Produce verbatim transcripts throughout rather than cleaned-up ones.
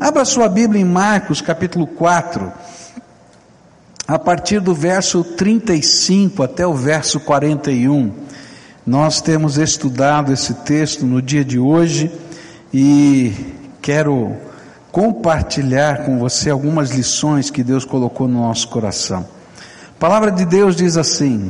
Abra sua Bíblia em Marcos capítulo quatro, a partir do verso trinta e cinco até o verso quarenta e um. Nós temos estudado esse texto no dia de hoje e quero compartilhar com você algumas lições que Deus colocou no nosso coração. A palavra de Deus diz assim: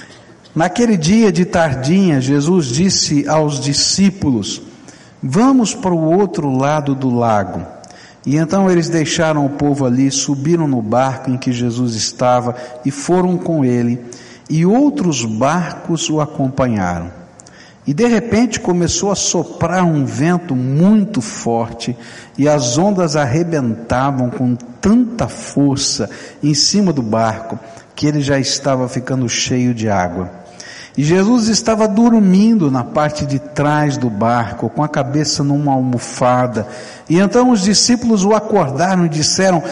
naquele dia de tardinha, Jesus disse aos discípulos: vamos para o outro lado do lago. E então eles deixaram o povo ali, subiram no barco em que Jesus estava e foram com ele, e outros barcos o acompanharam. E de repente começou a soprar um vento muito forte, e as ondas arrebentavam com tanta força em cima do barco, que ele já estava ficando cheio de água. E Jesus estava dormindo na parte de trás do barco, com a cabeça numa almofada. E então os discípulos o acordaram e disseram: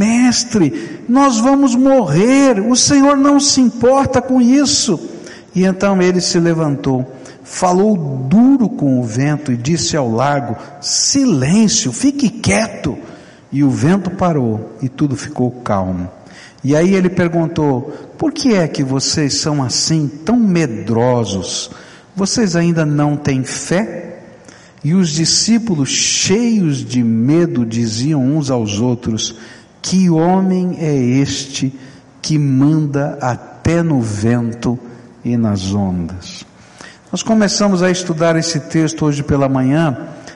mestre, nós vamos morrer, o Senhor não se importa com isso. E então ele se levantou, falou duro com o vento e disse ao lago: silêncio, fique quieto. E o vento parou e tudo ficou calmo. E aí ele perguntou: por que é que vocês são assim tão medrosos? Vocês ainda não têm fé? E os discípulos, cheios de medo, diziam uns aos outros: que homem é este que manda até no vento e nas ondas? Nós começamos a estudar esse texto hoje pela manhã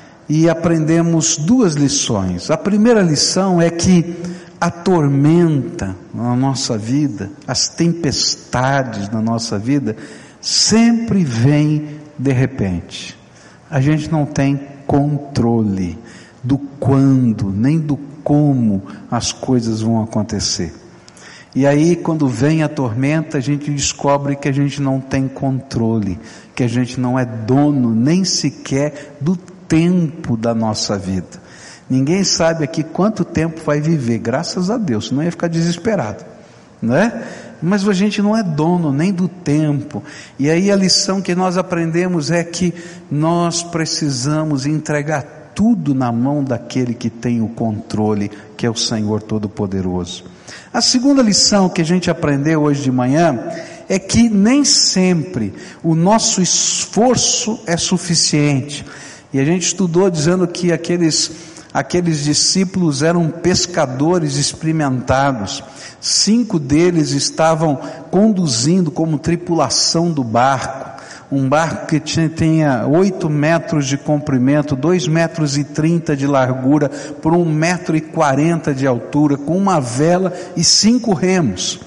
e aprendemos duas lições. A primeira lição é que a tormenta na nossa vida, as tempestades na nossa vida, sempre vêm de repente. A gente não tem controle do quando, nem do como as coisas vão acontecer. E aí, quando vem a tormenta, a gente descobre que a gente não tem controle, que a gente não é dono nem sequer do tempo da nossa vida. Ninguém sabe aqui quanto tempo vai viver, graças a Deus, senão ia ficar desesperado, não é? Mas a gente não é dono nem do tempo. E aí a lição que nós aprendemos é que nós precisamos entregar tudo na mão daquele que tem o controle, que é o Senhor Todo-Poderoso. A segunda lição que a gente aprendeu hoje de manhã é que nem sempre o nosso esforço é suficiente. E a gente estudou dizendo que aqueles Aqueles discípulos eram pescadores experimentados. Cinco deles estavam conduzindo como tripulação do barco. Um barco que tinha, tinha oito metros de comprimento, dois metros e trinta de largura, por um metro e quarenta de altura, com uma vela e cinco remos.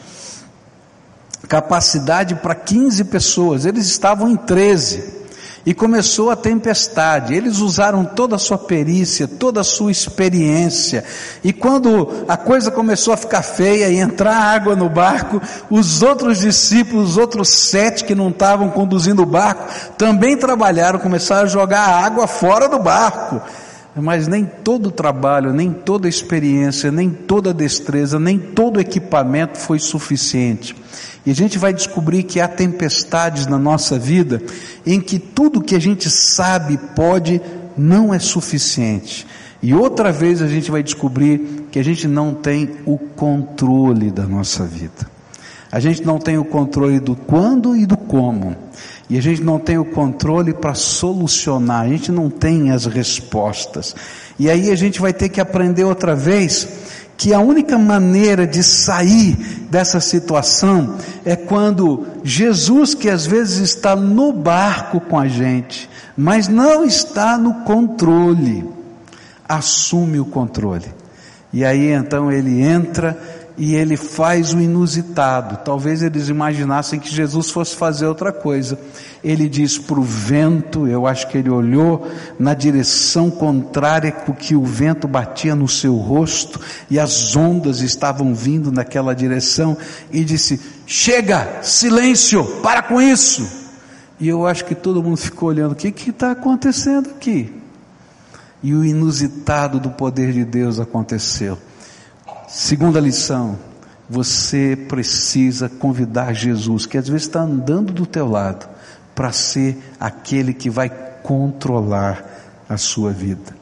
Capacidade para quinze pessoas. Eles estavam em treze. E começou a tempestade. Eles usaram toda a sua perícia, toda a sua experiência, e quando a coisa começou a ficar feia e entrar água no barco, os outros discípulos, os outros sete que não estavam conduzindo o barco, também trabalharam, começaram a jogar a água fora do barco. Mas nem todo o trabalho, nem toda a experiência, nem toda a destreza, nem todo o equipamento foi suficiente. E a gente vai descobrir que há tempestades na nossa vida em que tudo que a gente sabe pode não é suficiente. E outra vez a gente vai descobrir que a gente não tem o controle da nossa vida. A gente não tem o controle do quando e do como. E a gente não tem o controle para solucionar, a gente não tem as respostas. E aí a gente vai ter que aprender outra vez que a única maneira de sair dessa situação é quando Jesus, que às vezes está no barco com a gente, mas não está no controle, assume o controle. E aí então ele entra e ele faz o inusitado. Talvez eles imaginassem que Jesus fosse fazer outra coisa. Ele diz para o vento, eu acho que ele olhou na direção contrária, porque o vento batia no seu rosto e as ondas estavam vindo naquela direção, e disse: chega, silêncio, para com isso. E eu acho que todo mundo ficou olhando: o que que está acontecendo aqui? E o inusitado do poder de Deus aconteceu. Segunda lição: você precisa convidar Jesus, que às vezes está andando do teu lado, para ser aquele que vai controlar a sua vida.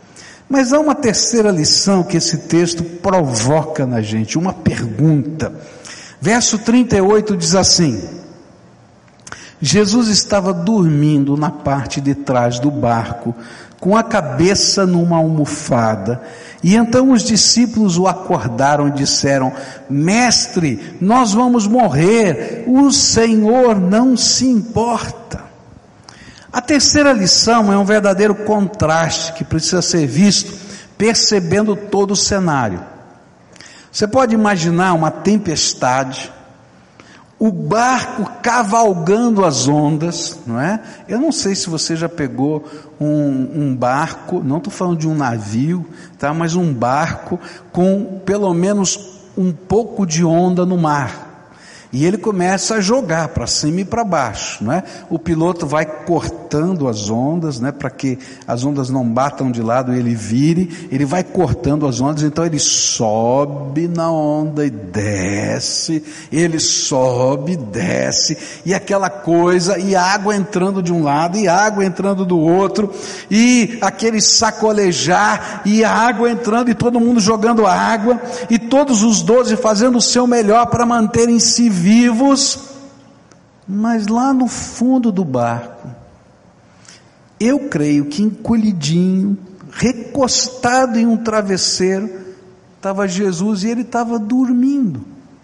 Mas há uma terceira lição que esse texto provoca na gente, uma pergunta. Verso trinta e oito diz assim: Jesus estava dormindo na parte de trás do barco, com a cabeça numa almofada, e então os discípulos o acordaram e disseram: Mestre, nós vamos morrer, o Senhor não se importa. A terceira lição é um verdadeiro contraste que precisa ser visto, percebendo todo o cenário. Você pode imaginar uma tempestade, o barco cavalgando as ondas, não é? Eu não sei se você já pegou um, um barco, não estou falando de um navio, tá? Mas um barco com pelo menos um pouco de onda no mar. E ele começa a jogar para cima e para baixo, não é? O piloto vai cortando as ondas, né, para que as ondas não batam de lado e ele vire, ele vai cortando as ondas, então ele sobe na onda e desce, ele sobe e desce, e aquela coisa, e água entrando de um lado, e água entrando do outro, e aquele sacolejar, e a água entrando, e todo mundo jogando água, e todos os doze fazendo o seu melhor para manterem-se vivos, mas lá no fundo do barco, eu creio que encolhidinho, recostado em um travesseiro, estava Jesus e ele estava dormindo.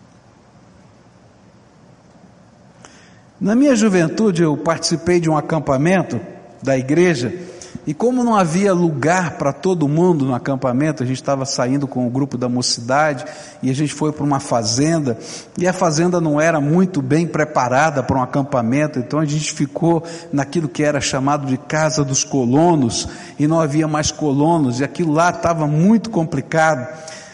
Na minha juventude eu participei de um acampamento da igreja, e como não havia lugar para todo mundo no acampamento, a gente estava saindo com o grupo da mocidade, e a gente foi para uma fazenda, e a fazenda não era muito bem preparada para um acampamento, então a gente ficou naquilo que era chamado de casa dos colonos, e não havia mais colonos, e aquilo lá estava muito complicado,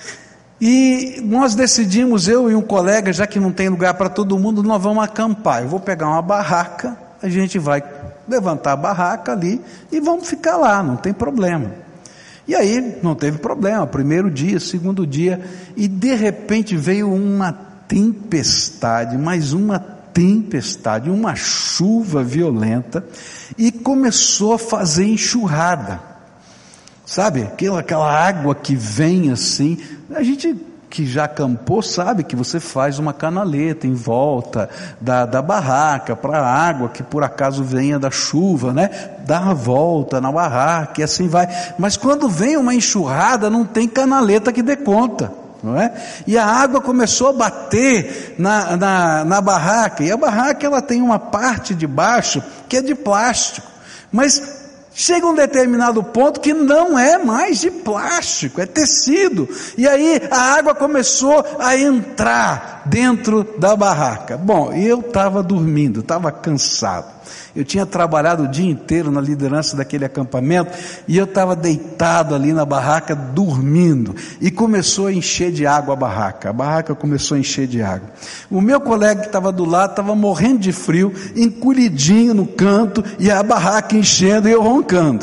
e nós decidimos, eu e um colega, já que não tem lugar para todo mundo, nós vamos acampar. Eu vou pegar uma barraca, a gente vai levantar a barraca ali e vamos ficar lá, não tem problema. E aí não teve problema, primeiro dia, segundo dia, e de repente veio uma tempestade, mais uma tempestade, uma chuva violenta, e começou a fazer enxurrada, sabe, aquela, aquela água que vem assim, a gente que já acampou sabe que você faz uma canaleta em volta da, da barraca para a água que por acaso venha da chuva, né? Dá a volta na barraca e assim vai. Mas quando vem uma enxurrada não tem canaleta que dê conta, não é? E a água começou a bater na, na, na barraca, e a barraca ela tem uma parte de baixo que é de plástico, mas chega um determinado ponto que não é mais de plástico, é tecido, e aí a água começou a entrar dentro da barraca. Bom, eu estava dormindo, estava cansado, eu tinha trabalhado o dia inteiro na liderança daquele acampamento, e eu estava deitado ali na barraca, dormindo, e começou a encher de água a barraca, a barraca começou a encher de água. O meu colega que estava do lado, estava morrendo de frio, encolhidinho no canto, e a barraca enchendo, e eu roncando.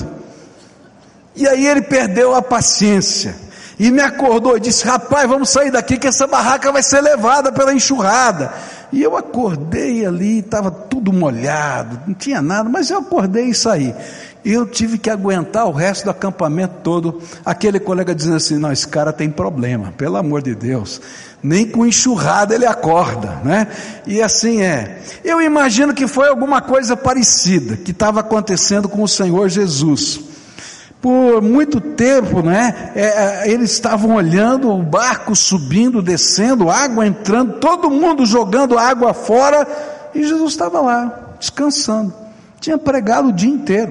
E aí ele perdeu a paciência, e me acordou, e disse: rapaz, vamos sair daqui, que essa barraca vai ser levada pela enxurrada. E eu acordei ali, estava tudo molhado, não tinha nada, mas eu acordei e saí. Eu tive que aguentar o resto do acampamento todo, aquele colega dizendo assim: não, esse cara tem problema, pelo amor de Deus, nem com enxurrada ele acorda, né? E assim é. Eu imagino que foi alguma coisa parecida, que estava acontecendo com o Senhor Jesus. Por muito tempo, né, é, eles estavam olhando o barco subindo, descendo, água entrando, todo mundo jogando água fora, e Jesus estava lá, descansando, tinha pregado o dia inteiro.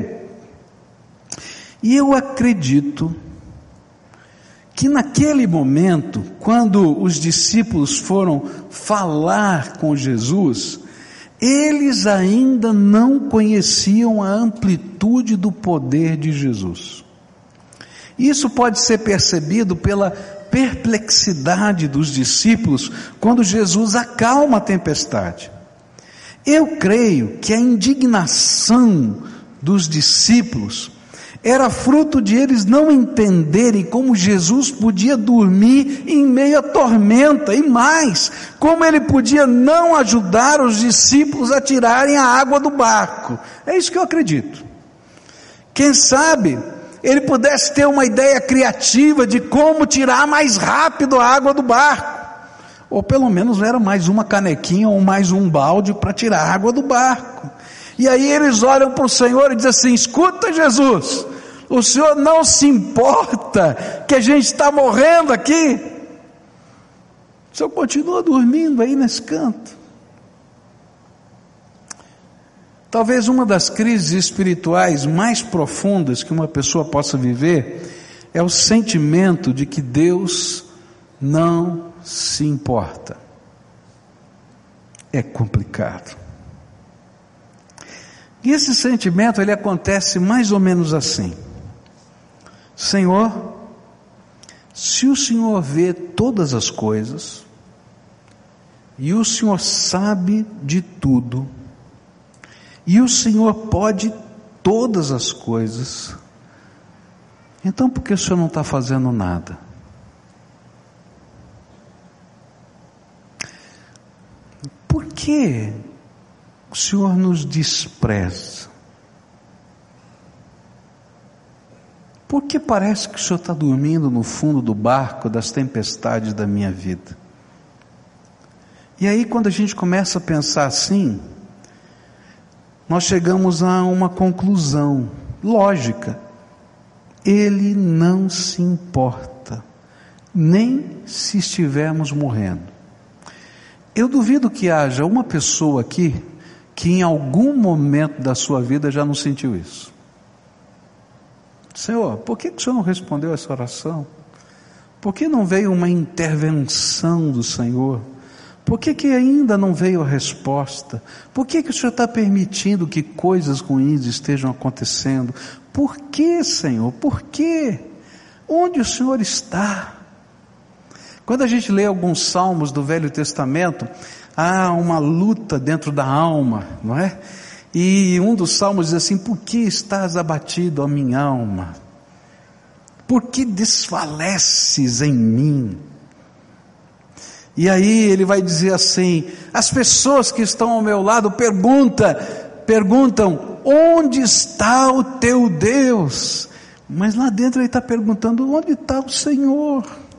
E eu acredito que naquele momento, quando os discípulos foram falar com Jesus, eles ainda não conheciam a amplitude do poder de Jesus. Isso pode ser percebido pela perplexidade dos discípulos quando Jesus acalma a tempestade. Eu creio que a indignação dos discípulos era fruto de eles não entenderem como Jesus podia dormir em meio à tormenta, e mais, como ele podia não ajudar os discípulos a tirarem a água do barco. É isso que eu acredito. Quem sabe ele pudesse ter uma ideia criativa de como tirar mais rápido a água do barco, ou pelo menos era mais uma canequinha ou mais um balde para tirar a água do barco. E aí eles olham para o Senhor e dizem assim: escuta, Jesus, o Senhor não se importa que a gente está morrendo aqui? O Senhor continua dormindo aí nesse canto. Talvez uma das crises espirituais mais profundas que uma pessoa possa viver é o sentimento de que Deus não se importa. É complicado. E esse sentimento, ele acontece mais ou menos assim: Senhor, se o Senhor vê todas as coisas, e o Senhor sabe de tudo, e o Senhor pode todas as coisas, então por que o Senhor não está fazendo nada? Por que o Senhor nos despreza? Por que parece que o Senhor está dormindo no fundo do barco das tempestades da minha vida? E aí, quando a gente começa a pensar assim, nós chegamos a uma conclusão lógica: Ele não se importa, nem se estivermos morrendo. Eu duvido que haja uma pessoa aqui que em algum momento da sua vida já não sentiu isso. Senhor, por que o Senhor não respondeu essa oração? Por que não veio uma intervenção do Senhor? Por que que ainda não veio a resposta? Por que que o Senhor está permitindo que coisas ruins estejam acontecendo? Por que, Senhor? Por quê? Onde o Senhor está? Quando a gente lê alguns salmos do Velho Testamento, há uma luta dentro da alma, não é? E um dos salmos diz assim: por que estás abatido, ó minha alma? Por que desfaleces em mim? E aí ele vai dizer assim: as pessoas que estão ao meu lado perguntam, perguntam, onde está o teu Deus? Mas lá dentro ele está perguntando, onde está o Senhor?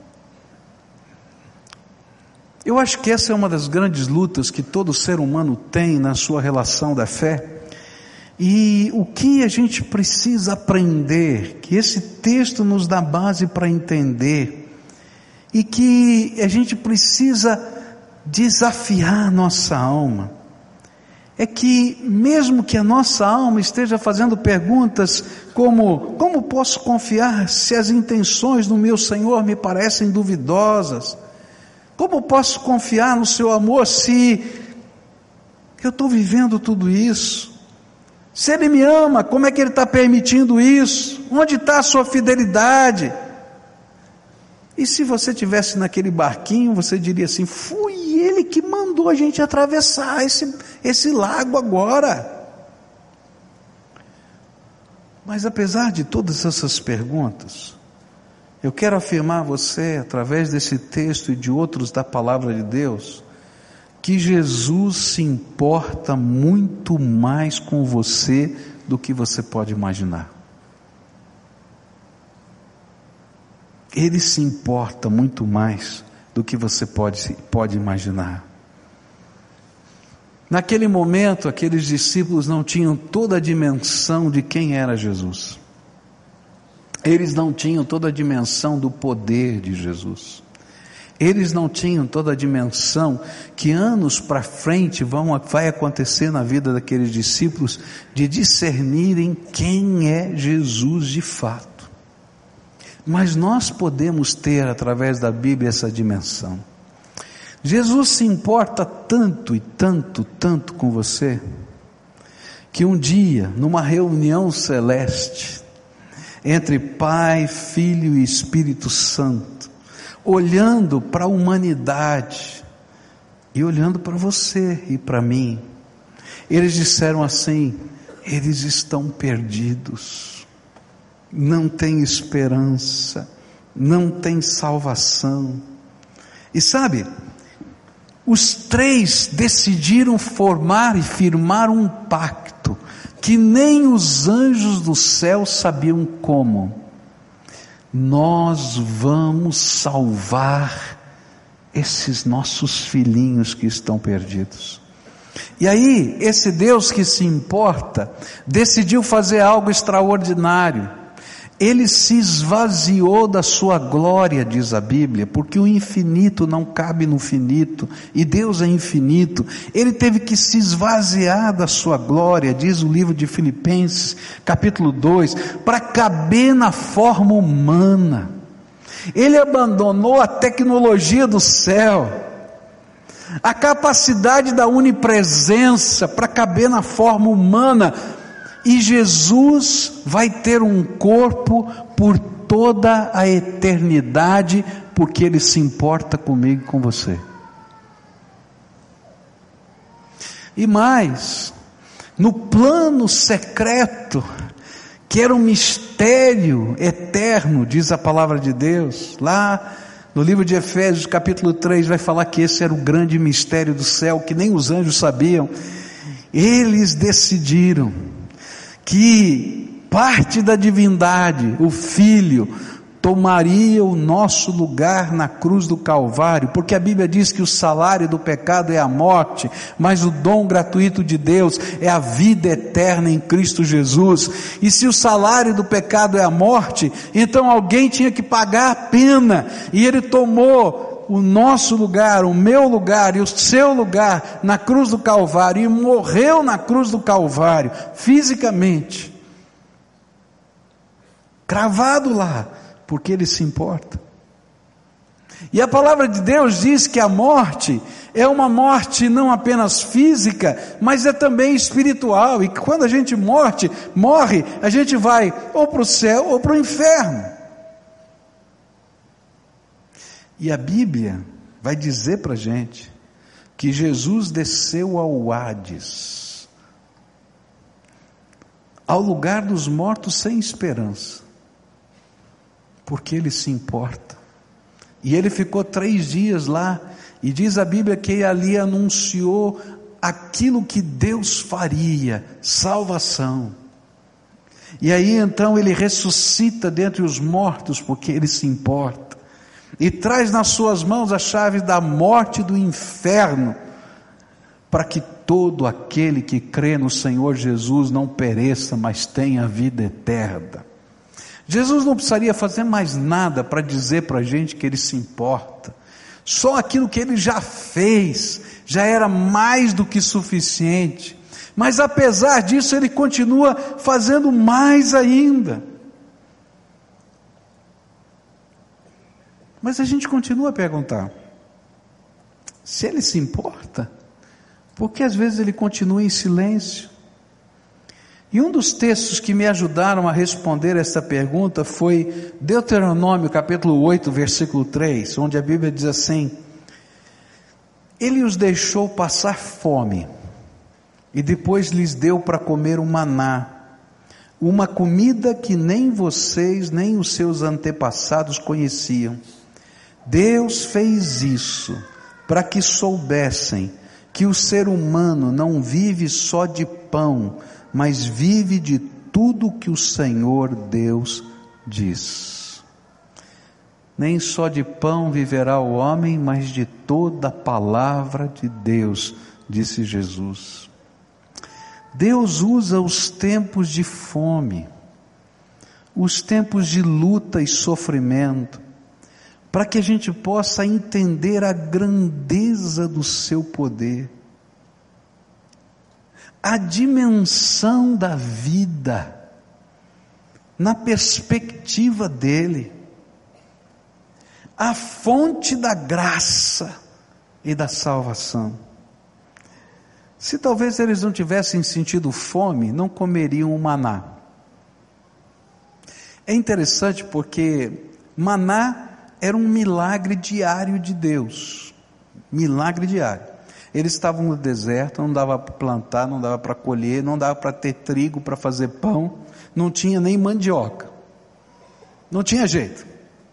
Eu acho que essa é uma das grandes lutas que todo ser humano tem na sua relação da fé. E o que a gente precisa aprender, que esse texto nos dá base para entender, e que a gente precisa desafiar a nossa alma, é que mesmo que a nossa alma esteja fazendo perguntas como: como posso confiar se as intenções do meu Senhor me parecem duvidosas? Como posso confiar no seu amor se eu estou vivendo tudo isso? Se Ele me ama, como é que Ele está permitindo isso? Onde está a sua fidelidade? E se você estivesse naquele barquinho, você diria assim: foi Ele que mandou a gente atravessar esse, esse lago agora. Mas apesar de todas essas perguntas, eu quero afirmar a você, através desse texto e de outros da palavra de Deus, que Jesus se importa muito mais com você do que você pode imaginar. Ele se importa muito mais do que você pode, pode imaginar. Naquele momento, aqueles discípulos não tinham toda a dimensão de quem era Jesus. Eles não tinham toda a dimensão do poder de Jesus. Eles não tinham toda a dimensão que anos para frente vão, vai acontecer na vida daqueles discípulos, de discernirem quem é Jesus de fato. Mas nós podemos ter, através da Bíblia, essa dimensão. Jesus se importa tanto e tanto, tanto com você, que um dia, numa reunião celeste, entre Pai, Filho e Espírito Santo, olhando para a humanidade, e olhando para você e para mim, eles disseram assim: eles estão perdidos, não tem esperança, não tem salvação. E sabe, os três decidiram formar e firmar um pacto, que nem os anjos do céu sabiam como. Nós vamos salvar esses nossos filhinhos que estão perdidos. E aí, esse Deus que se importa, decidiu fazer algo extraordinário. Ele se esvaziou da sua glória, diz a Bíblia, porque o infinito não cabe no finito, e Deus é infinito. Ele teve que se esvaziar da sua glória, diz o livro de Filipenses, capítulo dois, para caber na forma humana. Ele abandonou a tecnologia do céu, a capacidade da onipresença para caber na forma humana, e Jesus vai ter um corpo por toda a eternidade, porque Ele se importa comigo e com você. E mais, no plano secreto, que era um mistério eterno, diz a palavra de Deus, lá no livro de Efésios capítulo três, vai falar que esse era o grande mistério do céu, que nem os anjos sabiam. Eles decidiram que parte da divindade, o Filho, tomaria o nosso lugar na cruz do Calvário, porque a Bíblia diz que o salário do pecado é a morte, mas o dom gratuito de Deus é a vida eterna em Cristo Jesus. E se o salário do pecado é a morte, então alguém tinha que pagar a pena, e Ele tomou o nosso lugar, o meu lugar e o seu lugar na cruz do Calvário, e morreu na cruz do Calvário, fisicamente, cravado lá, porque Ele se importa. E a palavra de Deus diz que a morte é uma morte não apenas física, mas é também espiritual, e que quando a gente morte, morre, a gente vai ou para o céu ou para o inferno. E a Bíblia vai dizer para a gente que Jesus desceu ao Hades, ao lugar dos mortos sem esperança, porque Ele se importa. E Ele ficou três dias lá, e diz a Bíblia que Ele ali anunciou aquilo que Deus faria, salvação. E aí então Ele ressuscita dentre os mortos, porque Ele se importa, e traz nas suas mãos a chave da morte e do inferno, para que todo aquele que crê no Senhor Jesus não pereça, mas tenha vida eterna. Jesus não precisaria fazer mais nada para dizer para a gente que Ele se importa. Só aquilo que Ele já fez já era mais do que suficiente. Mas apesar disso, Ele continua fazendo mais ainda. Mas a gente continua a perguntar, se Ele se importa, por que às vezes Ele continua em silêncio? E um dos textos que me ajudaram a responder essa pergunta foi Deuteronômio capítulo oito, versículo três, onde a Bíblia diz assim: Ele os deixou passar fome, e depois lhes deu para comer um maná, uma comida que nem vocês, nem os seus antepassados conheciam. Deus fez isso para que soubessem que o ser humano não vive só de pão, mas vive de tudo que o Senhor Deus diz. Nem só de pão viverá o homem, mas de toda a palavra de Deus, disse Jesus. Deus usa os tempos de fome, os tempos de luta e sofrimento, para que a gente possa entender a grandeza do seu poder, a dimensão da vida, na perspectiva dEle, a fonte da graça e da salvação. Se talvez eles não tivessem sentido fome, não comeriam o maná. É interessante porque maná era um milagre diário de Deus, milagre diário. Eles estavam no deserto, não dava para plantar, não dava para colher, não dava para ter trigo para fazer pão, não tinha nem mandioca, não tinha jeito.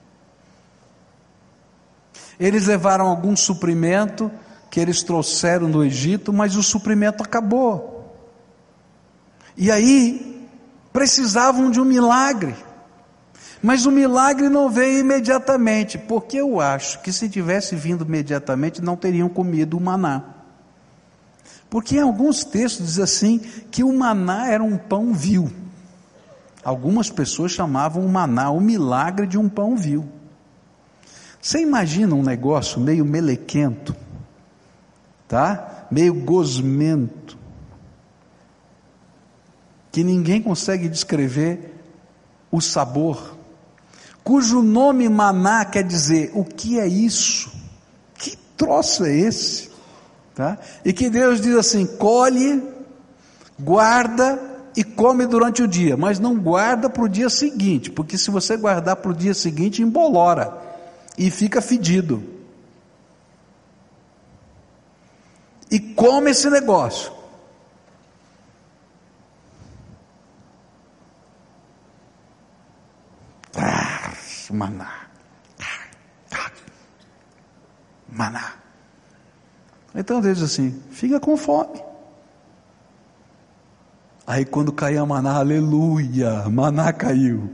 Eles levaram algum suprimento que eles trouxeram do Egito, mas o suprimento acabou. E aí, precisavam de um milagre. Mas o milagre não veio imediatamente, porque eu acho que se tivesse vindo imediatamente, não teriam comido o maná. Porque em alguns textos diz assim, que o maná era um pão vil. Algumas pessoas chamavam o maná o milagre de um pão vil. Você imagina um negócio meio melequento, tá? Meio gosmento, que ninguém consegue descrever o sabor, cujo nome maná quer dizer, o que é isso? Que troço é esse? Tá? E que Deus diz assim, colhe, guarda e come durante o dia, mas não guarda para o dia seguinte, porque se você guardar para o dia seguinte, embolora, e fica fedido, e come esse negócio, ah, maná, maná, então Deus diz assim, fica com fome, aí quando cair a maná, aleluia, maná caiu,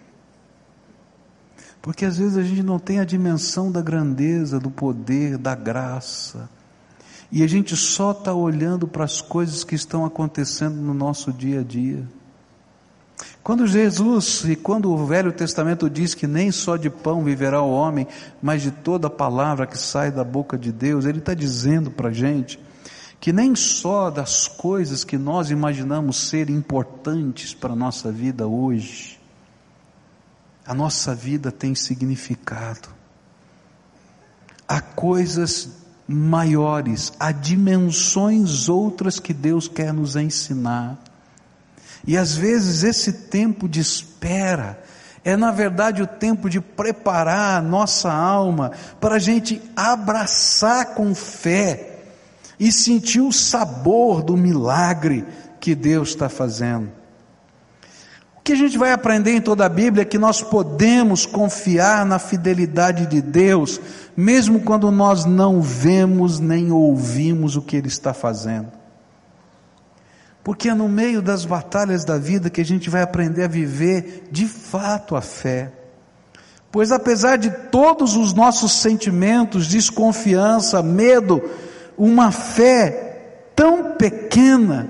porque às vezes a gente não tem a dimensão da grandeza, do poder, da graça, e a gente só está olhando para as coisas que estão acontecendo no nosso dia a dia. Quando Jesus, e quando o Velho Testamento diz que nem só de pão viverá o homem, mas de toda palavra que sai da boca de Deus, Ele está dizendo para a gente, que nem só das coisas que nós imaginamos ser importantes para a nossa vida hoje, a nossa vida tem significado. Há coisas maiores, há dimensões outras que Deus quer nos ensinar. E às vezes esse tempo de espera é na verdade o tempo de preparar a nossa alma para a gente abraçar com fé e sentir o sabor do milagre que Deus está fazendo. O que a gente vai aprender em toda a Bíblia é que nós podemos confiar na fidelidade de Deus, mesmo quando nós não vemos nem ouvimos o que Ele está fazendo. Porque é no meio das batalhas da vida que a gente vai aprender a viver de fato a fé. Pois apesar de todos os nossos sentimentos, desconfiança, medo, uma fé tão pequena,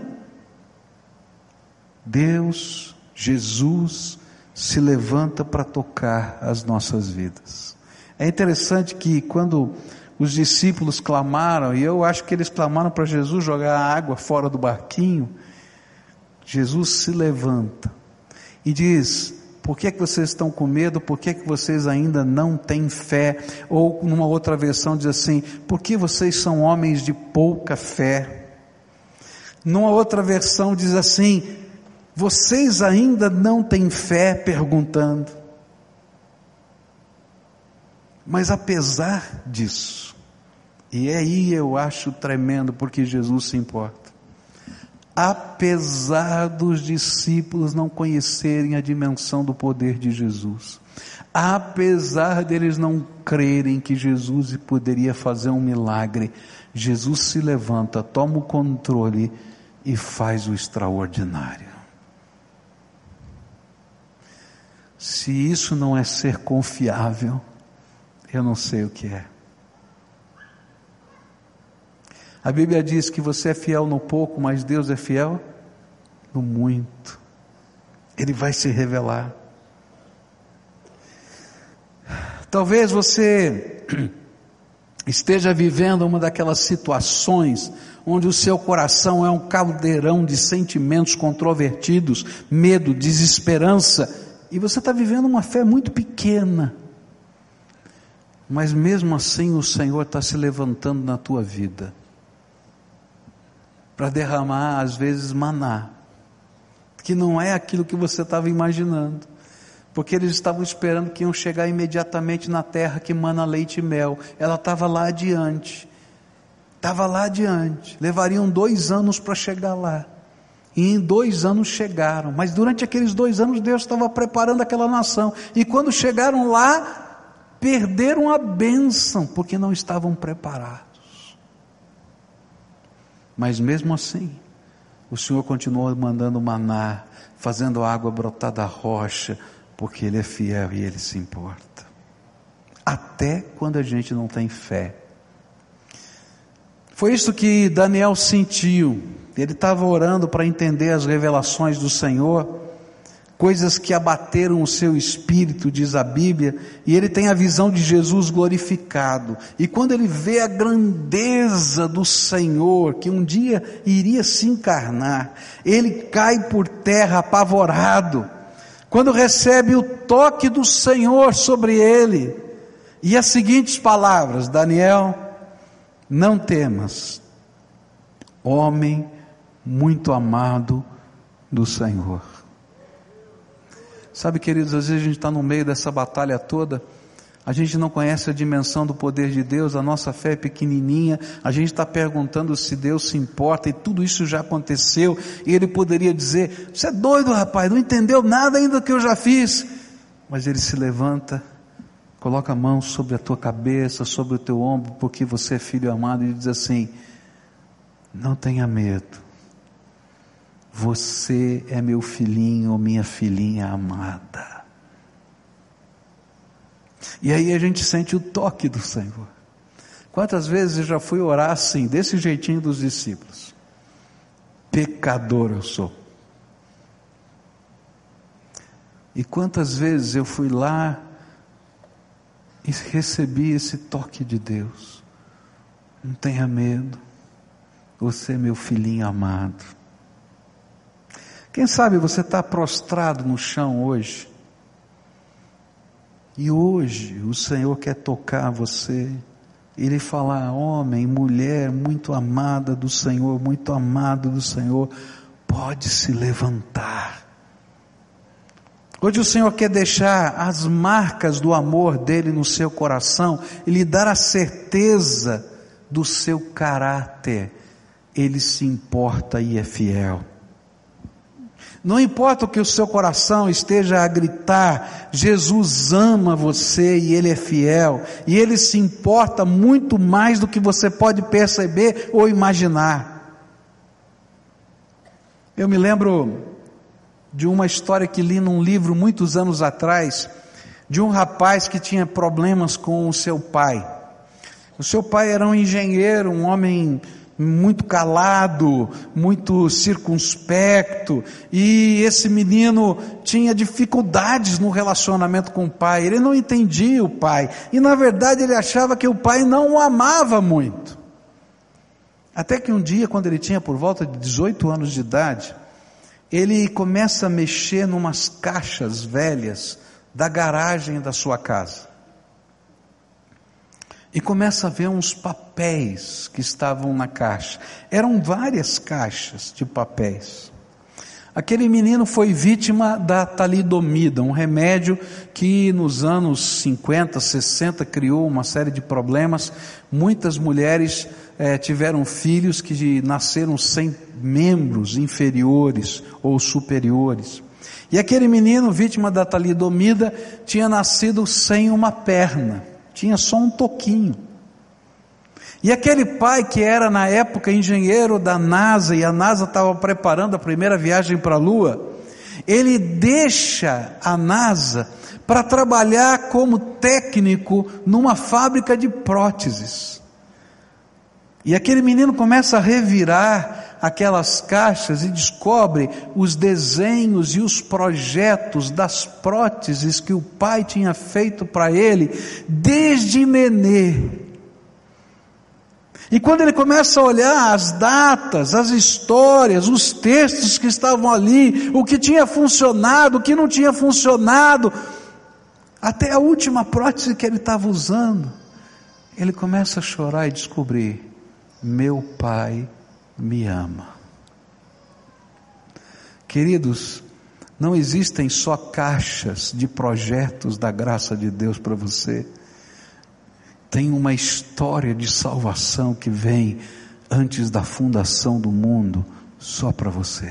Deus, Jesus se levanta para tocar as nossas vidas. É interessante que quando os discípulos clamaram, e eu acho que eles clamaram para Jesus jogar a água fora do barquinho, Jesus se levanta e diz, por que é que vocês estão com medo, por que é que vocês ainda não têm fé? Ou numa outra versão diz assim, por que vocês são homens de pouca fé? Numa outra versão diz assim, vocês ainda não têm fé? Perguntando. Mas apesar disso, e aí eu acho tremendo porque Jesus se importa, apesar dos discípulos não conhecerem a dimensão do poder de Jesus, apesar deles não crerem que Jesus poderia fazer um milagre, Jesus se levanta, toma o controle e faz o extraordinário. Se isso não é ser confiável, eu não sei o que é. A Bíblia diz que você é fiel no pouco, mas Deus é fiel no muito. Ele vai se revelar. Talvez você esteja vivendo uma daquelas situações onde o seu coração é um caldeirão de sentimentos controvertidos, medo, desesperança, e você está vivendo uma fé muito pequena, mas mesmo assim o Senhor está se levantando na tua vida, para derramar às vezes maná, que não é aquilo que você estava imaginando, porque eles estavam esperando que iam chegar imediatamente na terra que mana leite e mel, ela estava lá adiante, estava lá adiante, levariam dois anos para chegar lá, e em dois anos chegaram, mas durante aqueles dois anos Deus estava preparando aquela nação, e quando chegaram lá, perderam a bênção, porque não estavam preparados. Mas mesmo assim, o Senhor continua mandando maná, fazendo a água brotar da rocha, porque Ele é fiel e Ele se importa. Até quando a gente não tem fé. Foi isso que Daniel sentiu. Ele estava orando para entender as revelações do Senhor, coisas que abateram o seu espírito, diz a Bíblia, e ele tem a visão de Jesus glorificado, e quando ele vê a grandeza do Senhor, que um dia iria se encarnar, ele cai por terra apavorado, quando recebe o toque do Senhor sobre ele, e as seguintes palavras: Daniel, não temas, homem muito amado do Senhor. Sabe, queridos, às vezes a gente está no meio dessa batalha toda, a gente não conhece a dimensão do poder de Deus, a nossa fé é pequenininha, a gente está perguntando se Deus se importa, e tudo isso já aconteceu, e Ele poderia dizer: você é doido, rapaz, não entendeu nada ainda do que eu já fiz. Mas Ele se levanta, coloca a mão sobre a tua cabeça, sobre o teu ombro, porque você é filho amado, e diz assim: não tenha medo, você é meu filhinho ou minha filhinha amada. E aí a gente sente o toque do Senhor. Quantas vezes eu já fui orar assim, desse jeitinho dos discípulos: pecador eu sou. E quantas vezes eu fui lá e recebi esse toque de Deus: não tenha medo, você é meu filhinho amado. Quem sabe você está prostrado no chão hoje, e hoje o Senhor quer tocar você, Ele falar: homem, mulher muito amada do Senhor, muito amado do Senhor, pode se levantar. Hoje o Senhor quer deixar as marcas do amor dEle no seu coração, e lhe dar a certeza do seu caráter. Ele se importa e é fiel. Não importa o que o seu coração esteja a gritar, Jesus ama você e Ele é fiel, e Ele se importa muito mais do que você pode perceber ou imaginar. Eu me lembro de uma história que li num livro muitos anos atrás, de um rapaz que tinha problemas com o seu pai. O seu pai era um engenheiro, um homem muito calado, muito circunspecto, e esse menino tinha dificuldades no relacionamento com o pai. Ele não entendia o pai, e na verdade ele achava que o pai não o amava muito. Até que um dia, quando ele tinha por volta de dezoito anos de idade, ele começa a mexer numas caixas velhas da garagem da sua casa. E começa a ver uns papéis que estavam na caixa. Eram várias caixas de papéis. Aquele menino foi vítima da talidomida, um remédio que nos anos cinquenta, sessenta criou uma série de problemas. Muitas mulheres eh, tiveram filhos que nasceram sem membros inferiores ou superiores. E aquele menino, vítima da talidomida, tinha nascido sem uma perna. Tinha só um toquinho. E aquele pai, que era na época engenheiro da NASA, e a NASA estava preparando a primeira viagem para a Lua, ele deixa a NASA para trabalhar como técnico numa fábrica de próteses. E aquele menino começa a revirar aquelas caixas e descobre os desenhos e os projetos das próteses que o pai tinha feito para ele desde nenê. E quando ele começa a olhar as datas, as histórias, os textos que estavam ali, o que tinha funcionado, o que não tinha funcionado, até a última prótese que ele estava usando, ele começa a chorar e descobrir: meu pai me ama. Queridos, não existem só caixas de projetos da graça de Deus para você. Tem uma história de salvação que vem antes da fundação do mundo, só para você.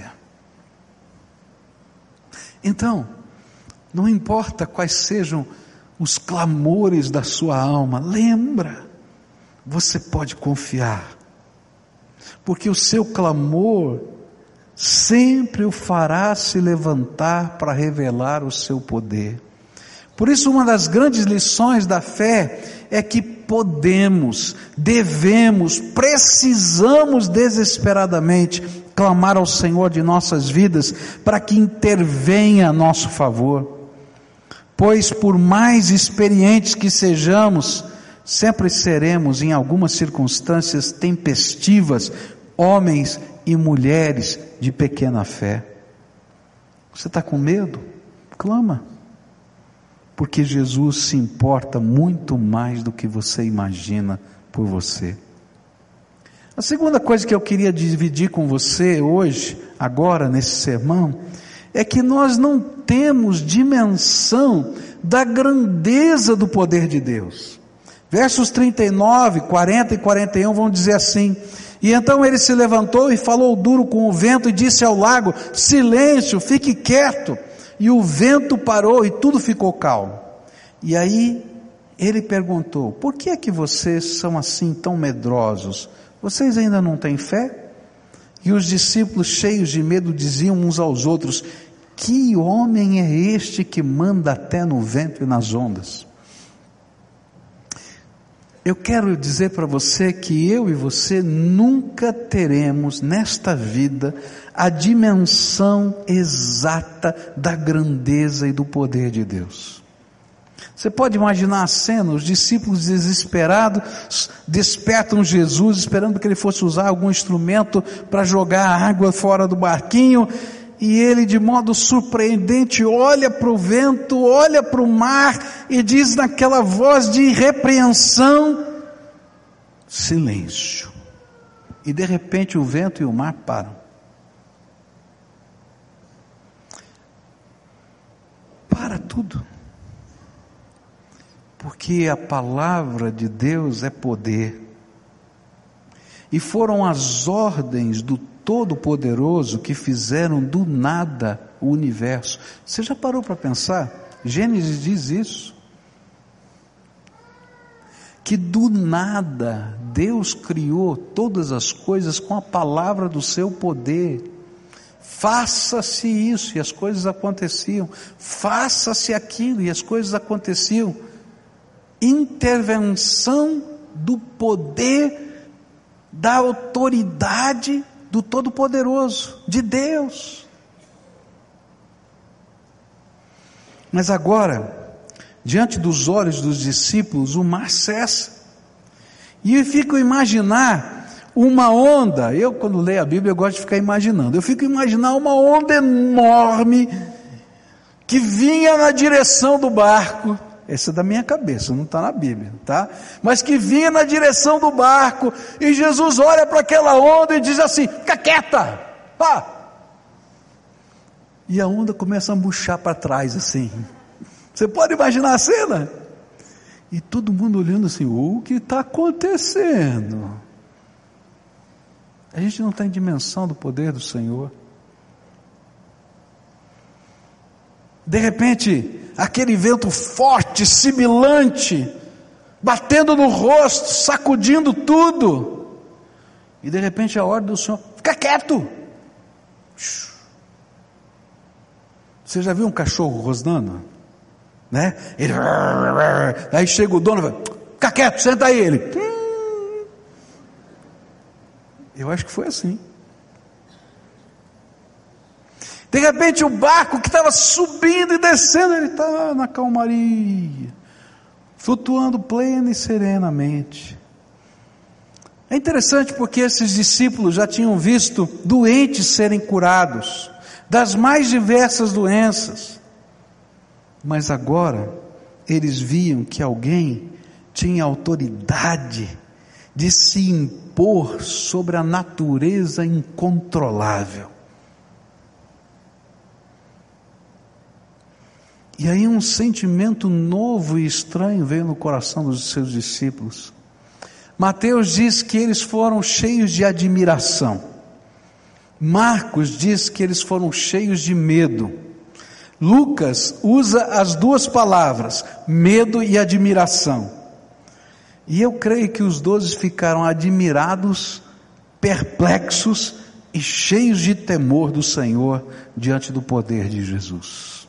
Então, não importa quais sejam os clamores da sua alma, lembra, você pode confiar, porque o seu clamor sempre o fará se levantar para revelar o seu poder. Por isso, uma das grandes lições da fé é que podemos, devemos, precisamos desesperadamente clamar ao Senhor de nossas vidas para que intervenha a nosso favor. Pois por mais experientes que sejamos, sempre seremos em algumas circunstâncias tempestivas, homens e mulheres de pequena fé. Você está com medo? Clama, porque Jesus se importa muito mais do que você imagina por você. A segunda coisa que eu queria dividir com você hoje, agora nesse sermão, é que nós não temos dimensão da grandeza do poder de Deus. Versos trinta e nove, quarenta e quarenta e um vão dizer assim: e então ele se levantou e falou duro com o vento e disse ao lago: silêncio, fique quieto. E o vento parou e tudo ficou calmo. E aí ele perguntou: por que é que vocês são assim tão medrosos? Vocês ainda não têm fé? E os discípulos, cheios de medo, diziam uns aos outros: que homem é este que manda até no vento e nas ondas? Eu quero dizer para você que eu e você nunca teremos nesta vida a dimensão exata da grandeza e do poder de Deus. Você pode imaginar a cena, os discípulos desesperados despertam Jesus, esperando que ele fosse usar algum instrumento para jogar a água fora do barquinho, e ele, de modo surpreendente, olha para o vento, olha para o mar e diz naquela voz de repreensão: silêncio. E de repente o vento e o mar param. Para tudo. Porque a palavra de Deus é poder. E foram as ordens do Todo-Poderoso que fizeram do nada o universo. Você já parou para pensar? Gênesis diz isso. Que do nada Deus criou todas as coisas com a palavra do seu poder. Faça-se isso, e as coisas aconteciam. Faça-se aquilo, e as coisas aconteciam. Intervenção do poder, da autoridade do Todo-Poderoso, de Deus. Mas agora, diante dos olhos dos discípulos, o mar cessa. E eu fico a imaginar uma onda. Eu, quando leio a Bíblia, eu gosto de ficar imaginando. Eu fico a imaginar uma onda enorme que vinha na direção do barco. Essa é da minha cabeça, não está na Bíblia, tá? Mas que vinha na direção do barco, e Jesus olha para aquela onda e diz assim: fica quieta, pá! E a onda começa a murchar para trás assim. Você pode imaginar a cena? E todo mundo olhando assim: o que está acontecendo? A gente não tem dimensão do poder do Senhor. De repente, aquele vento forte, sibilante, batendo no rosto, sacudindo tudo, e de repente a ordem do Senhor: fica quieto. Você já viu um cachorro rosnando? Né? Ele... aí chega o dono e fala: fica quieto, senta aí. Ele... eu acho que foi assim. De repente o barco que estava subindo e descendo, ele está na calmaria, flutuando plena e serenamente. É interessante porque esses discípulos já tinham visto doentes serem curados, das mais diversas doenças. Mas agora, eles viam que alguém tinha autoridade de se impor sobre a natureza incontrolável. E aí um sentimento novo e estranho veio no coração dos seus discípulos. Mateus diz que eles foram cheios de admiração. Marcos diz que eles foram cheios de medo. Lucas usa as duas palavras, medo e admiração. E eu creio que os doze ficaram admirados, perplexos e cheios de temor do Senhor diante do poder de Jesus.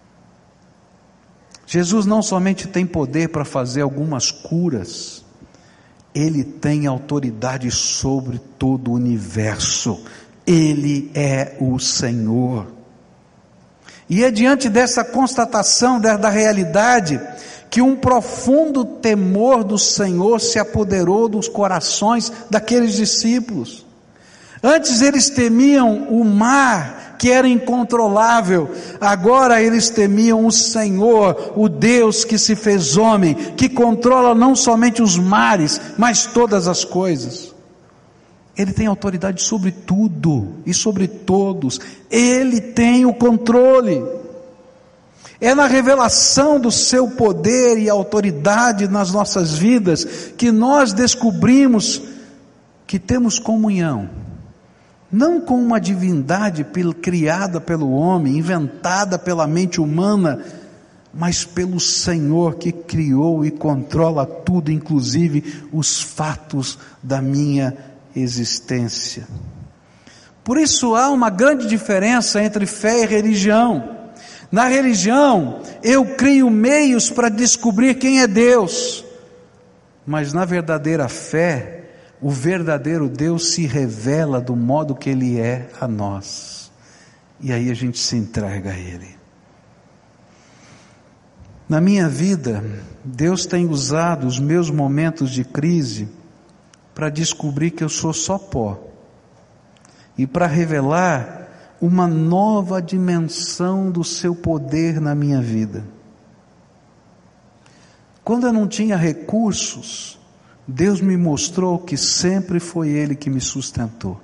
Jesus não somente tem poder para fazer algumas curas, Ele tem autoridade sobre todo o universo. Ele é o Senhor. E é diante dessa constatação da, da realidade que um profundo temor do Senhor se apoderou dos corações daqueles discípulos. Antes eles temiam o mar, que era incontrolável. Agora eles temiam o Senhor, o Deus que se fez homem, que controla não somente os mares, mas todas as coisas. Ele tem autoridade sobre tudo e sobre todos. Ele tem o controle. É na revelação do seu poder e autoridade nas nossas vidas que nós descobrimos que temos comunhão, não com uma divindade criada pelo homem, inventada pela mente humana, mas pelo Senhor que criou e controla tudo, inclusive os fatos da minha existência. Por isso há uma grande diferença entre fé e religião. Na religião, eu crio meios para descobrir quem é Deus, mas na verdadeira fé, o verdadeiro Deus se revela do modo que Ele é a nós, e aí a gente se entrega a Ele. Na minha vida, Deus tem usado os meus momentos de crise para descobrir que eu sou só pó, e para revelar uma nova dimensão do seu poder na minha vida. Quando eu não tinha recursos, Deus me mostrou que sempre foi Ele que me sustentou.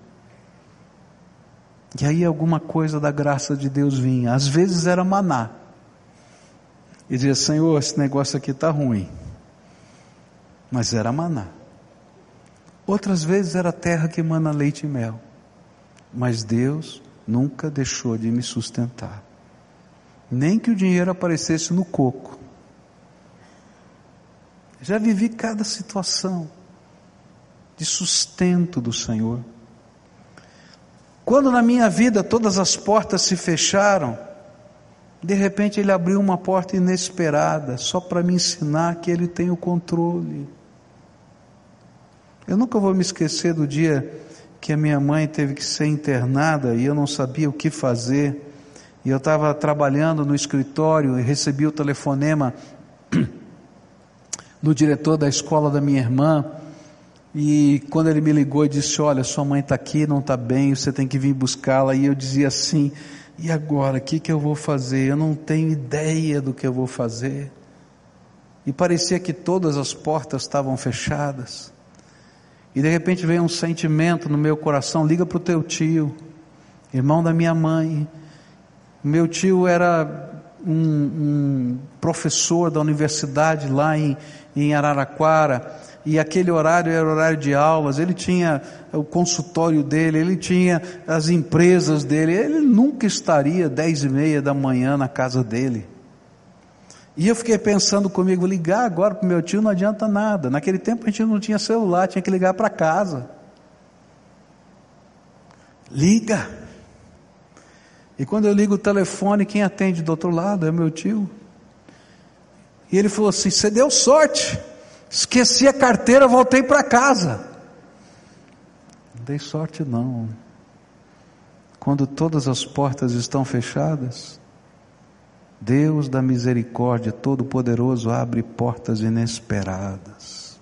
E aí alguma coisa da graça de Deus vinha. Às vezes era maná. E dizia: Senhor, esse negócio aqui está ruim. Mas era maná. Outras vezes era terra que emana leite e mel. Mas Deus nunca deixou de me sustentar. Nem que o dinheiro aparecesse no coco. Já vivi cada situação de sustento do Senhor. Quando na minha vida todas as portas se fecharam, de repente Ele abriu uma porta inesperada, só para me ensinar que Ele tem o controle. Eu nunca vou me esquecer do dia que a minha mãe teve que ser internada e eu não sabia o que fazer, e eu estava trabalhando no escritório e recebi o telefonema do diretor da escola da minha irmã, e quando ele me ligou e disse: olha, sua mãe está aqui, não está bem, você tem que vir buscá-la. E eu dizia assim: e agora, o que, que eu vou fazer? Eu não tenho ideia do que eu vou fazer. E parecia que todas as portas estavam fechadas. E de repente veio um sentimento no meu coração: liga para o teu tio, irmão da minha mãe. Meu tio era um, um professor da universidade lá em, em Araraquara, e aquele horário era horário de aulas. Ele tinha o consultório dele, ele tinha as empresas dele, ele nunca estaria dez e meia da manhã na casa dele. E eu fiquei pensando comigo: ligar agora para o meu tio não adianta nada. Naquele tempo a gente não tinha celular, tinha que ligar para casa. Liga. E quando eu ligo o telefone, quem atende do outro lado é meu tio. E ele falou assim: você deu sorte, esqueci a carteira, voltei para casa. Não dei sorte não. Quando todas as portas estão fechadas, Deus da misericórdia todo-poderoso abre portas inesperadas.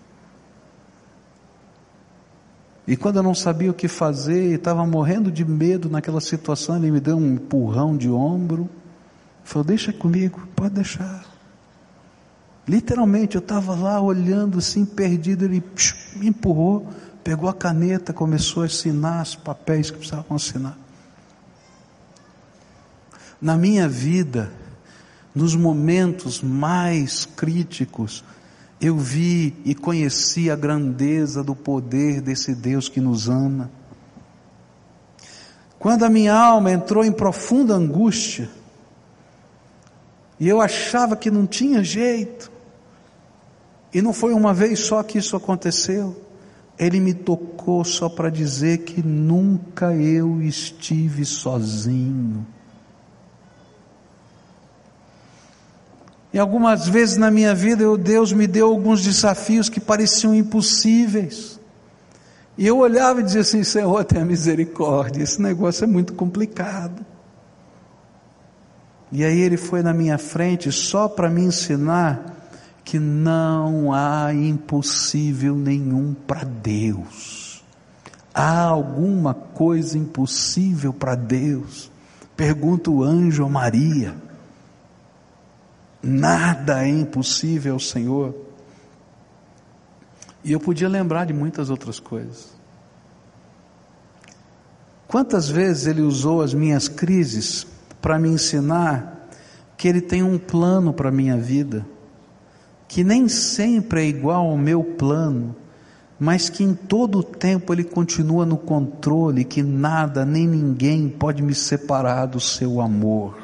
E quando eu não sabia o que fazer, e estava morrendo de medo naquela situação, Ele me deu um empurrão de ombro, falou: deixa comigo, pode deixar. Literalmente eu estava lá olhando assim, perdido, Ele psh, me empurrou, pegou a caneta, começou a assinar os papéis que precisavam assinar. Na minha vida, nos momentos mais críticos, eu vi e conheci a grandeza do poder desse Deus que nos ama. Quando a minha alma entrou em profunda angústia, e eu achava que não tinha jeito, e não foi uma vez só que isso aconteceu, Ele me tocou só para dizer que nunca eu estive sozinho. E algumas vezes na minha vida, eu, Deus me deu alguns desafios que pareciam impossíveis. E eu olhava e dizia assim: Senhor, tenha misericórdia, esse negócio é muito complicado. E aí Ele foi na minha frente só para me ensinar que não há impossível nenhum para Deus. Há alguma coisa impossível para Deus? Pergunta o anjo a Maria. Nada é impossível ao Senhor. E eu podia lembrar de muitas outras coisas. Quantas vezes Ele usou as minhas crises para me ensinar que Ele tem um plano para a minha vida, que nem sempre é igual ao meu plano, mas que em todo o tempo Ele continua no controle, que nada nem ninguém pode me separar do seu amor.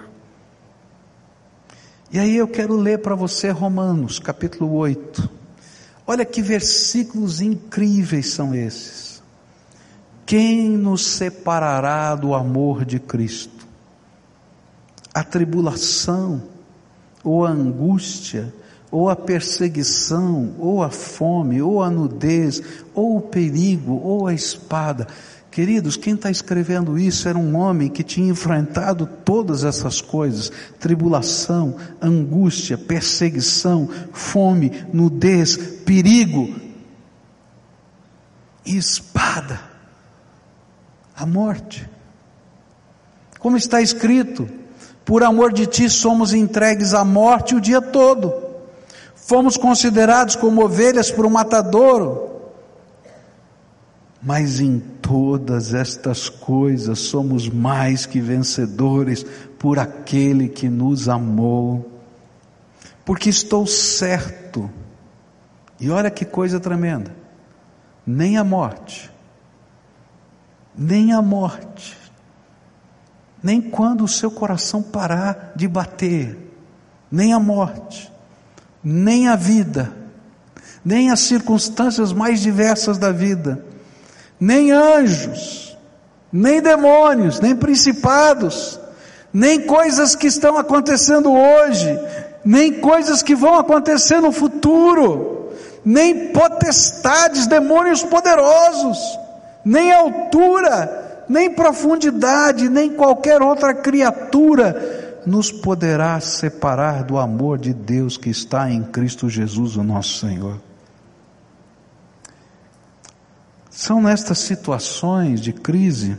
E aí eu quero ler para você Romanos capítulo oito, olha que versículos incríveis são esses. Quem nos separará do amor de Cristo? A tribulação, ou a angústia, ou a perseguição, ou a fome, ou a nudez, ou o perigo, ou a espada. Queridos, quem está escrevendo isso era um homem que tinha enfrentado todas essas coisas: tribulação, angústia, perseguição, fome, nudez, perigo e espada, a morte. Como está escrito: por amor de ti somos entregues à morte o dia todo, fomos considerados como ovelhas para o matadouro. Mas em todas estas coisas somos mais que vencedores por aquele que nos amou. Porque estou certo, e olha que coisa tremenda, nem a morte, nem a morte, nem quando o seu coração parar de bater, nem a morte, nem a vida, nem as circunstâncias mais diversas da vida, nem anjos, nem demônios, nem principados, nem coisas que estão acontecendo hoje, nem coisas que vão acontecer no futuro, nem potestades, demônios poderosos, nem altura, nem profundidade, nem qualquer outra criatura nos poderá separar do amor de Deus que está em Cristo Jesus, o nosso Senhor. São nestas situações de crise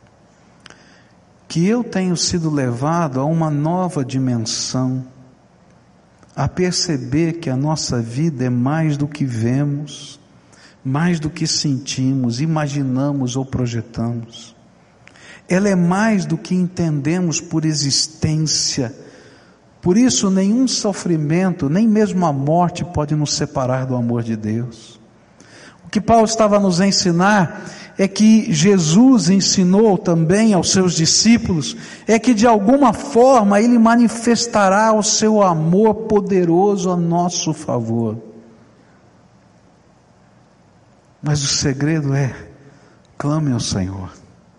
que eu tenho sido levado a uma nova dimensão, a perceber que a nossa vida é mais do que vemos, mais do que sentimos, imaginamos ou projetamos. Ela é mais do que entendemos por existência. Por isso nenhum sofrimento, nem mesmo a morte pode nos separar do amor de Deus. O que Paulo estava a nos ensinar é que Jesus ensinou também aos seus discípulos, é que de alguma forma Ele manifestará o seu amor poderoso a nosso favor. Mas o segredo é: clame ao Senhor,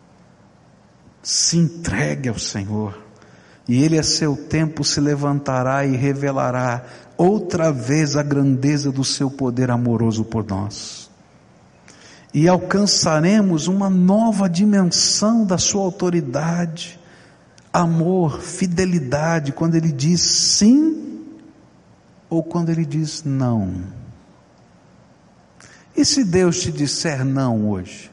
se entregue ao Senhor, e Ele a seu tempo se levantará e revelará outra vez a grandeza do seu poder amoroso por nós. E alcançaremos uma nova dimensão da sua autoridade, amor, fidelidade, quando Ele diz sim ou quando Ele diz não. E se Deus te disser não hoje?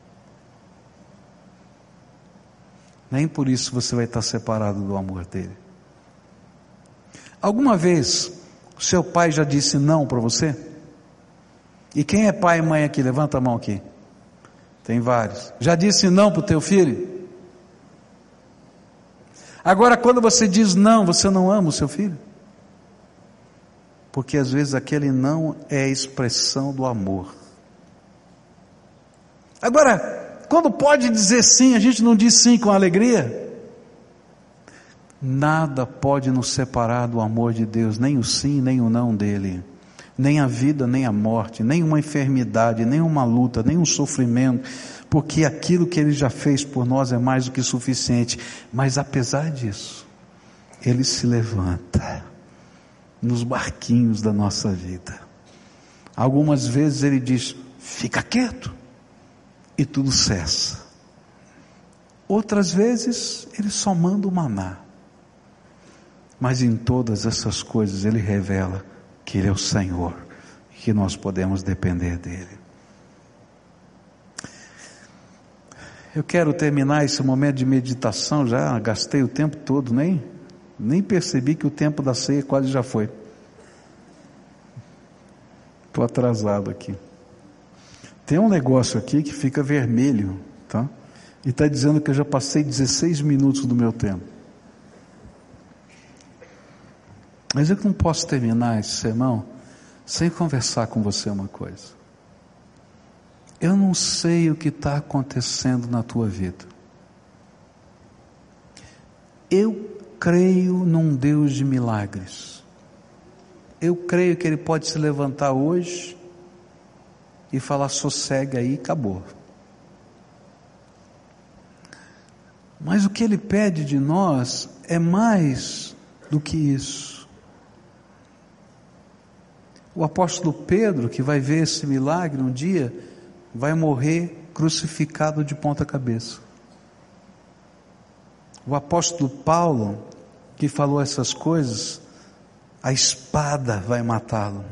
Nem por isso você vai estar separado do amor dele. Alguma vez o seu pai já disse não para você? E quem é pai e mãe aqui? Levanta a mão aqui. Tem vários. Já disse não para o teu filho? Agora, quando você diz não, você não ama o seu filho? Porque às vezes aquele não é a expressão do amor. Agora, quando pode dizer sim, a gente não diz sim com alegria? Nada pode nos separar do amor de Deus, nem o sim, nem o não dele. nem a vida, nem a morte, nem uma enfermidade, nem uma luta, nem um sofrimento, porque aquilo que Ele já fez por nós é mais do que suficiente. Mas apesar disso, Ele se levanta nos barquinhos da nossa vida. Algumas vezes Ele diz: fica quieto, e tudo cessa. Outras vezes Ele só manda o maná. Mas em todas essas coisas Ele revela que Ele é o Senhor, e que nós podemos depender dEle. Eu quero terminar esse momento de meditação, já gastei o tempo todo, nem, nem percebi que o tempo da ceia quase já foi. Estou atrasado aqui. Tem um negócio aqui que fica vermelho, tá? E está dizendo que eu já passei dezesseis minutos do meu tempo. Mas eu não posso terminar esse sermão sem conversar com você uma coisa. Eu não sei o que está acontecendo na tua vida. Eu creio num Deus de milagres. Eu creio que Ele pode se levantar hoje e falar: sossegue aí, acabou. Mas o que Ele pede de nós é mais do que isso. O apóstolo Pedro, que vai ver esse milagre um dia, vai morrer crucificado de ponta cabeça. O apóstolo Paulo, que falou essas coisas, a espada vai matá-lo.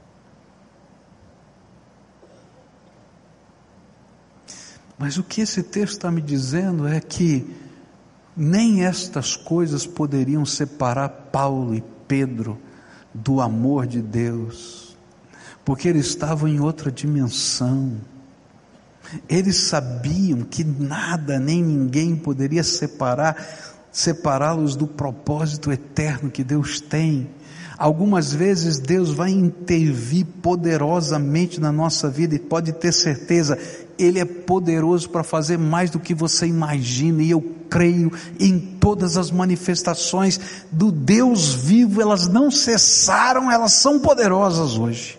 Mas o que esse texto está me dizendo é que nem estas coisas poderiam separar Paulo e Pedro do amor de Deus, porque eles estavam em outra dimensão. Eles sabiam que nada nem ninguém poderia separar, separá-los do propósito eterno que Deus tem. Algumas vezes Deus vai intervir poderosamente na nossa vida, e pode ter certeza, Ele é poderoso para fazer mais do que você imagina, e eu creio em todas as manifestações do Deus vivo. Elas não cessaram, elas são poderosas hoje.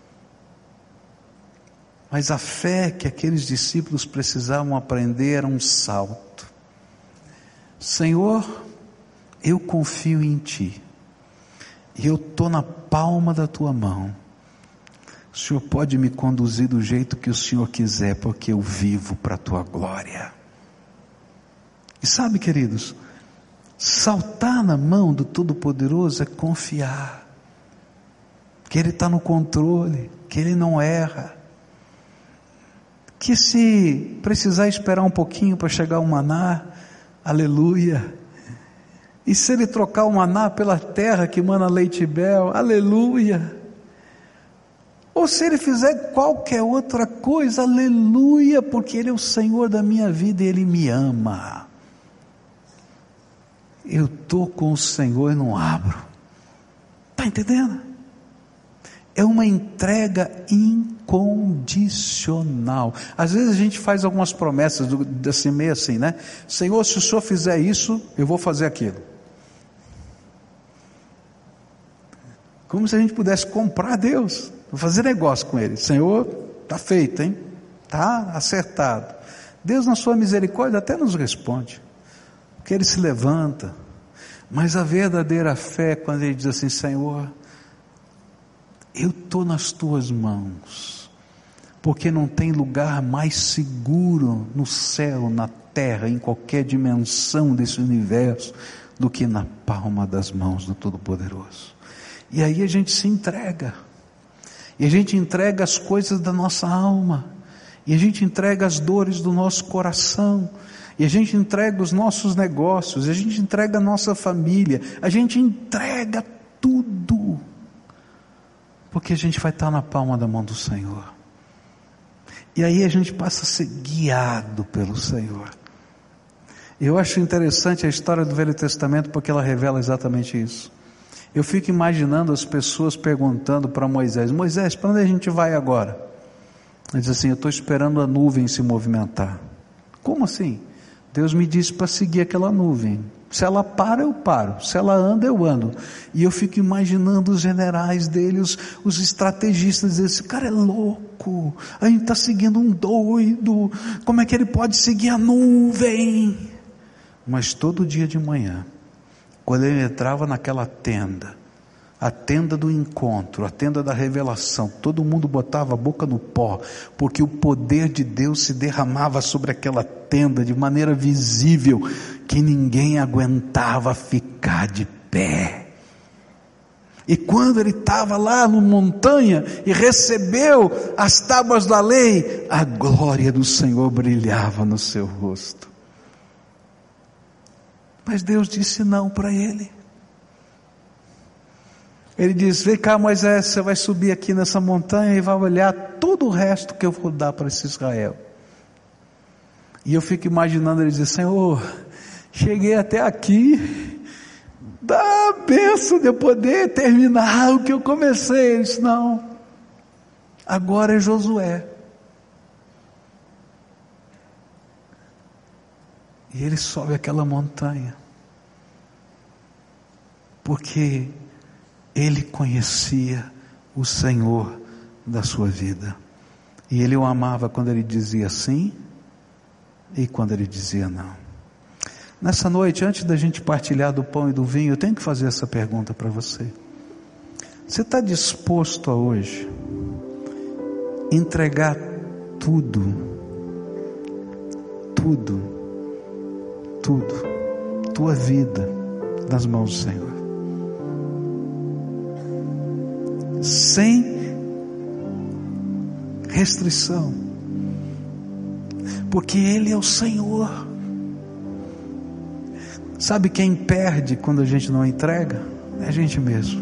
Mas a fé que aqueles discípulos precisavam aprender era um salto. Senhor, eu confio em Ti, e eu estou na palma da Tua mão. O Senhor pode me conduzir do jeito que o Senhor quiser, porque eu vivo para a Tua glória. E sabe, queridos, saltar na mão do Todo-Poderoso é confiar, que Ele está no controle, que Ele não erra, que se precisar esperar um pouquinho para chegar o maná, aleluia, e se Ele trocar o maná pela terra que mana leite e mel, aleluia, ou se Ele fizer qualquer outra coisa, aleluia, porque Ele é o Senhor da minha vida e Ele me ama. Eu estou com o Senhor e não abro. Está entendendo? É uma entrega incondicional. Às vezes a gente faz algumas promessas assim, meio assim, né? Senhor, se o Senhor fizer isso, eu vou fazer aquilo. Como se a gente pudesse comprar Deus, fazer negócio com Ele. Senhor, está feito, hein? Está acertado. Deus, na sua misericórdia, até nos responde, porque Ele se levanta. Mas a verdadeira fé é quando Ele diz assim: Senhor, eu estou nas Tuas mãos, porque não tem lugar mais seguro no céu, na terra, em qualquer dimensão desse universo, do que na palma das mãos do Todo-Poderoso. E aí a gente se entrega, e a gente entrega as coisas da nossa alma, e a gente entrega as dores do nosso coração, e a gente entrega os nossos negócios, a gente entrega a nossa família, a gente entrega tudo, porque a gente vai estar na palma da mão do Senhor, e aí a gente passa a ser guiado pelo Senhor. Eu acho interessante a história do Velho Testamento, porque ela revela exatamente isso. Eu fico imaginando as pessoas perguntando para Moisés: Moisés, para onde a gente vai agora? Ele diz assim: eu estou esperando a nuvem se movimentar. Como assim? Deus me disse para seguir aquela nuvem. Se ela para, eu paro. Se ela anda, eu ando. E eu fico imaginando os generais dele, os, os estrategistas, dizendo, esse cara é louco, a gente está seguindo um doido, como é que ele pode seguir a nuvem? Mas todo dia de manhã, quando ele entrava naquela tenda, a tenda do encontro, a tenda da revelação, todo mundo botava a boca no pó, porque o poder de Deus se derramava sobre aquela tenda de maneira visível, que ninguém aguentava ficar de pé. E quando ele estava lá na montanha e recebeu as tábuas da lei, a glória do Senhor brilhava no seu rosto. Mas Deus disse não para ele. Ele diz, vem cá Moisés, você vai subir aqui nessa montanha e vai olhar todo o resto que eu vou dar para esse Israel. E eu fico imaginando ele dizer, Senhor, cheguei até aqui, dá a bênção de eu poder terminar o que eu comecei. Ele disse, não, agora é Josué. E ele sobe aquela montanha, porque ele conhecia o Senhor da sua vida, e ele o amava quando ele dizia sim, e quando ele dizia não. Nessa noite, antes da gente partilhar do pão e do vinho, eu tenho que fazer essa pergunta para você. Você está disposto a hoje entregar tudo, tudo, tudo, tua vida nas mãos do Senhor? Sem restrição, porque Ele é o Senhor. Sabe quem perde quando a gente não entrega? É a gente mesmo,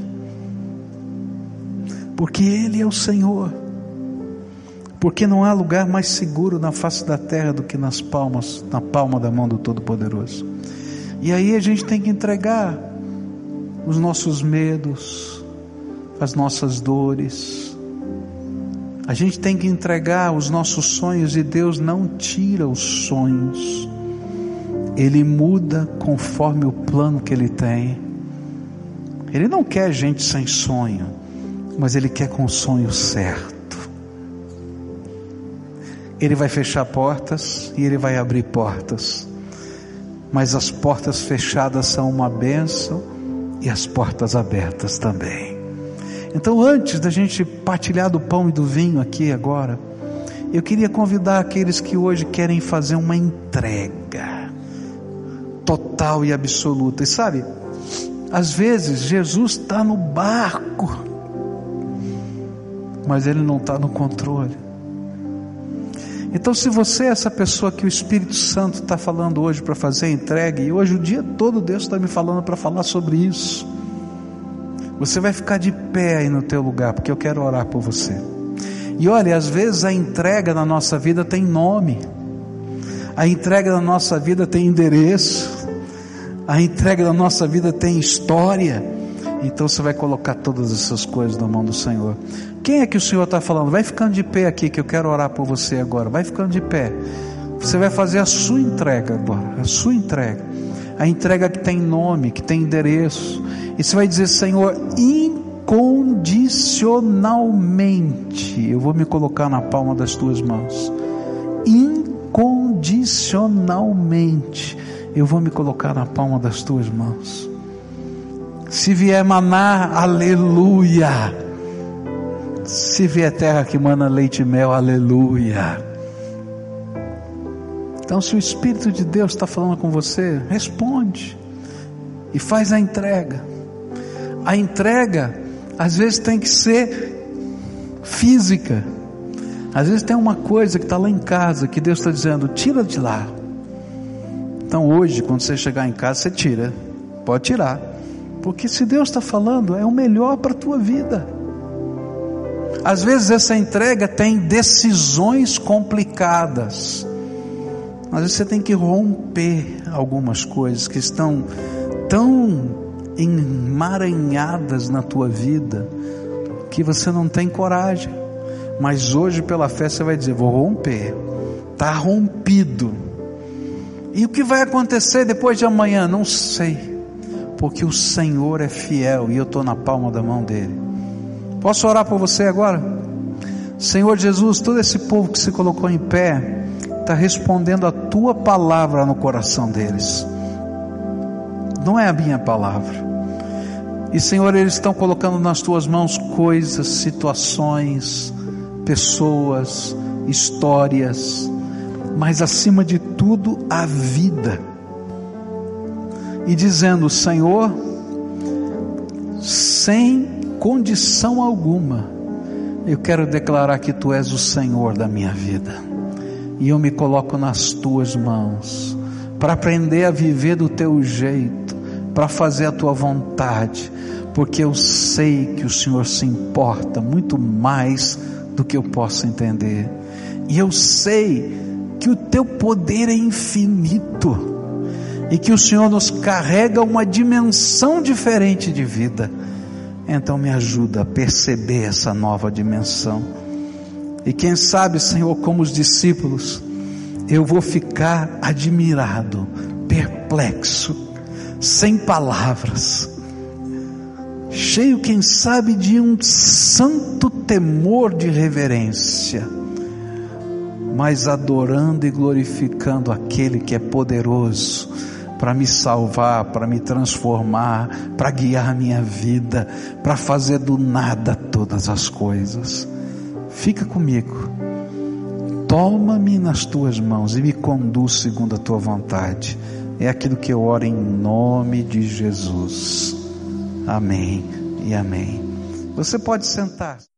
porque Ele é o Senhor, porque não há lugar mais seguro na face da terra do que nas palmas, na palma da mão do Todo-Poderoso. E aí a gente tem que entregar os nossos medos, as nossas dores, a gente tem que entregar os nossos sonhos, e Deus não tira os sonhos, Ele muda conforme o plano que Ele tem. Ele não quer gente sem sonho, mas Ele quer com o sonho certo. Ele vai fechar portas e Ele vai abrir portas, mas as portas fechadas são uma bênção e as portas abertas também. Então, antes da gente partilhar do pão e do vinho aqui agora, eu queria convidar aqueles que hoje querem fazer uma entrega total e absoluta. E sabe, às vezes Jesus está no barco, mas Ele não está no controle. Então, se você é essa pessoa que o Espírito Santo está falando hoje para fazer a entrega, e hoje o dia todo Deus está me falando para falar sobre isso, você vai ficar de pé aí no teu lugar, porque eu quero orar por você. E olha, às vezes a entrega na nossa vida tem nome, a entrega na nossa vida tem endereço, a entrega na nossa vida tem história. Então você vai colocar todas essas coisas na mão do Senhor. Quem é que o Senhor está falando? Vai ficando de pé aqui, que eu quero orar por você agora. Vai ficando de pé. Você vai fazer a sua entrega agora, a sua entrega, a entrega que tem nome, que tem endereço. E você vai dizer, Senhor, incondicionalmente eu vou me colocar na palma das tuas mãos. Incondicionalmente eu vou me colocar na palma das tuas mãos. Se vier maná, aleluia. Se vier terra que mana leite e mel, aleluia. Então, se o Espírito de Deus está falando com você, responde e faz a entrega. A entrega às vezes tem que ser física. Às vezes tem uma coisa que está lá em casa, que Deus está dizendo, tira de lá. Então hoje, quando você chegar em casa, você tira, pode tirar, porque se Deus está falando, é o melhor para a tua vida. Às vezes essa entrega tem decisões complicadas, às vezes você tem que romper algumas coisas que estão tão emaranhadas na tua vida, que você não tem coragem, mas hoje pela fé você vai dizer, vou romper, está rompido, E o que vai acontecer depois de amanhã? Não sei, porque o Senhor é fiel e eu estou na palma da mão dele. Posso orar por você agora? Senhor Jesus, todo esse povo que se colocou em pé está respondendo a tua palavra no coração deles, não é a minha palavra. E Senhor, eles estão colocando nas tuas mãos coisas, situações, pessoas, histórias, mas acima de tudo a vida, e dizendo: Senhor, sem condição alguma, eu quero declarar que tu és o Senhor da minha vida, e eu me coloco nas tuas mãos, para aprender a viver do teu jeito, para fazer a tua vontade, porque eu sei que o Senhor se importa muito mais do que eu posso entender, e eu sei que o teu poder é infinito, e que o Senhor nos carrega uma dimensão diferente de vida. Então me ajuda a perceber essa nova dimensão, e quem sabe, Senhor, como os discípulos, eu vou ficar admirado, perplexo, sem palavras, cheio, quem sabe, de um santo temor de reverência, mas adorando e glorificando aquele que é poderoso para me salvar, para me transformar, para guiar a minha vida, para fazer do nada todas as coisas. Fica comigo, toma-me nas tuas mãos e me conduz segundo a tua vontade. É aquilo que eu oro em nome de Jesus. Amém e amém. Você pode sentar.